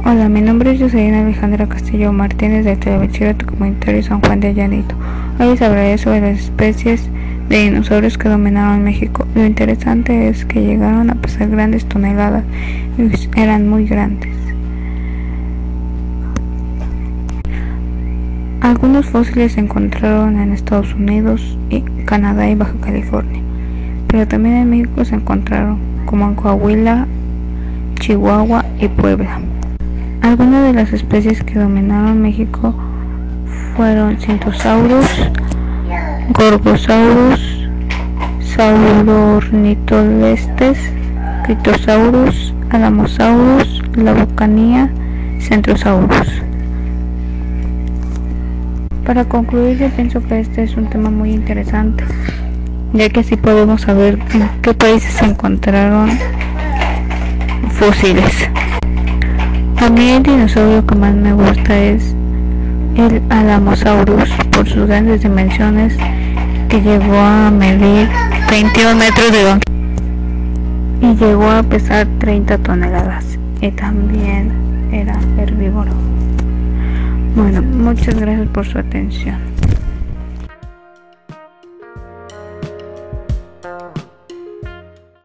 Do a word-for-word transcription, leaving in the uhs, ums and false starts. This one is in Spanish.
Hola, mi nombre es Jocelyn Alejandra Castillo Martínez del Telebachillerato Comunitario San Juan de Llanito. Hoy les hablaré sobre las especies de dinosaurios que dominaron México. Lo interesante es que llegaron a pesar grandes toneladas y eran muy grandes. Algunos fósiles se encontraron en Estados Unidos, y Canadá y Baja California, pero también en México se encontraron, como en Coahuila, Chihuahua y Puebla. Algunas de las especies que dominaron México fueron Cintosaurus, Gorgosaurus, Saurornitolestes, Critosaurus, Alamosaurus, Laucania, Centrosaurus. Para concluir, yo pienso que este es un tema muy interesante, ya que así podemos saber en qué países se encontraron fósiles. A mí el dinosaurio que más me gusta es el Alamosaurus, por sus grandes dimensiones, que llegó a medir veintiún metros de longitud y llegó a pesar treinta toneladas, y también era herbívoro. Bueno, muchas gracias por su atención.